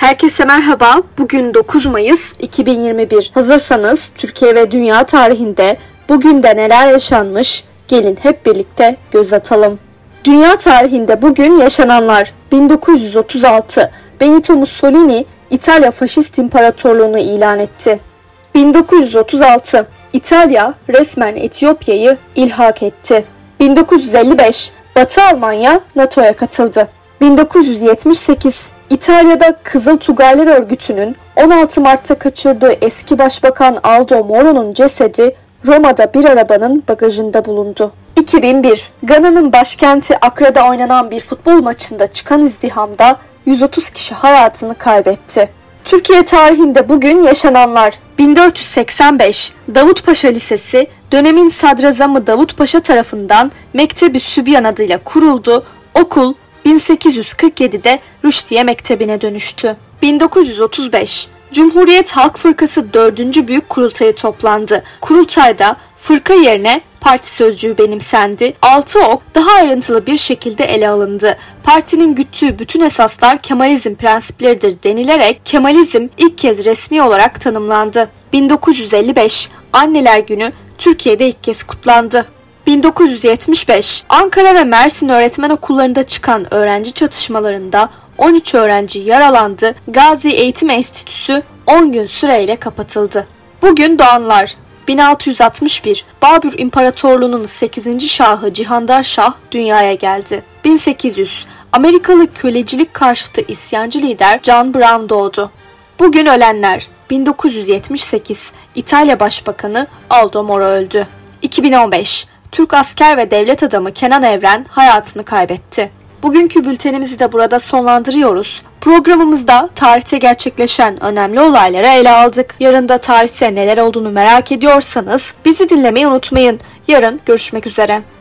Herkese merhaba. Bugün 9 Mayıs 2021. Hazırsanız Türkiye ve dünya tarihinde bugün de neler yaşanmış? Gelin hep birlikte göz atalım. Dünya tarihinde bugün yaşananlar: 1936 Benito Mussolini İtalya Faşist İmparatorluğunu ilan etti. 1936 İtalya resmen Etiyopya'yı ilhak etti. 1955 Batı Almanya NATO'ya katıldı. 1978 İtalya'da Kızıl Tugaylar Örgütü'nün 16 Mart'ta kaçırdığı eski başbakan Aldo Moro'nun cesedi Roma'da bir arabanın bagajında bulundu. 2001 Gana'nın başkenti Accra'da oynanan bir futbol maçında çıkan izdihamda 130 kişi hayatını kaybetti. Türkiye tarihinde bugün yaşananlar: 1485 Davutpaşa Lisesi dönemin sadrazamı Davut Paşa tarafından Mektebi Sübyan adıyla kuruldu. Okul 1847'de Rüşdiye Mektebi'ne dönüştü. 1935 Cumhuriyet Halk Fırkası 4. Büyük Kurultayı toplandı. Kurultayda fırka yerine parti sözcüğü benimsendi. 6 ok daha ayrıntılı bir şekilde ele alındı. Partinin güttüğü bütün esaslar Kemalizm prensipleridir denilerek Kemalizm ilk kez resmi olarak tanımlandı. 1955 Anneler Günü Türkiye'de ilk kez kutlandı. 1975 Ankara ve Mersin öğretmen okullarında çıkan öğrenci çatışmalarında 13 öğrenci yaralandı. Gazi Eğitim Enstitüsü 10 gün süreyle kapatıldı. Bugün doğanlar: 1661 Babür İmparatorluğu'nun 8. Şahı Cihandar Şah dünyaya geldi. 1800 Amerikalı kölecilik karşıtı isyancı lider John Brown doğdu. Bugün ölenler: 1978 İtalya Başbakanı Aldo Moro öldü. 2015 Türk asker ve devlet adamı Kenan Evren hayatını kaybetti. Bugünkü bültenimizi de burada sonlandırıyoruz. Programımızda tarihte gerçekleşen önemli olayları ele aldık. Yarın da tarihte neler olduğunu merak ediyorsanız bizi dinlemeyi unutmayın. Yarın görüşmek üzere.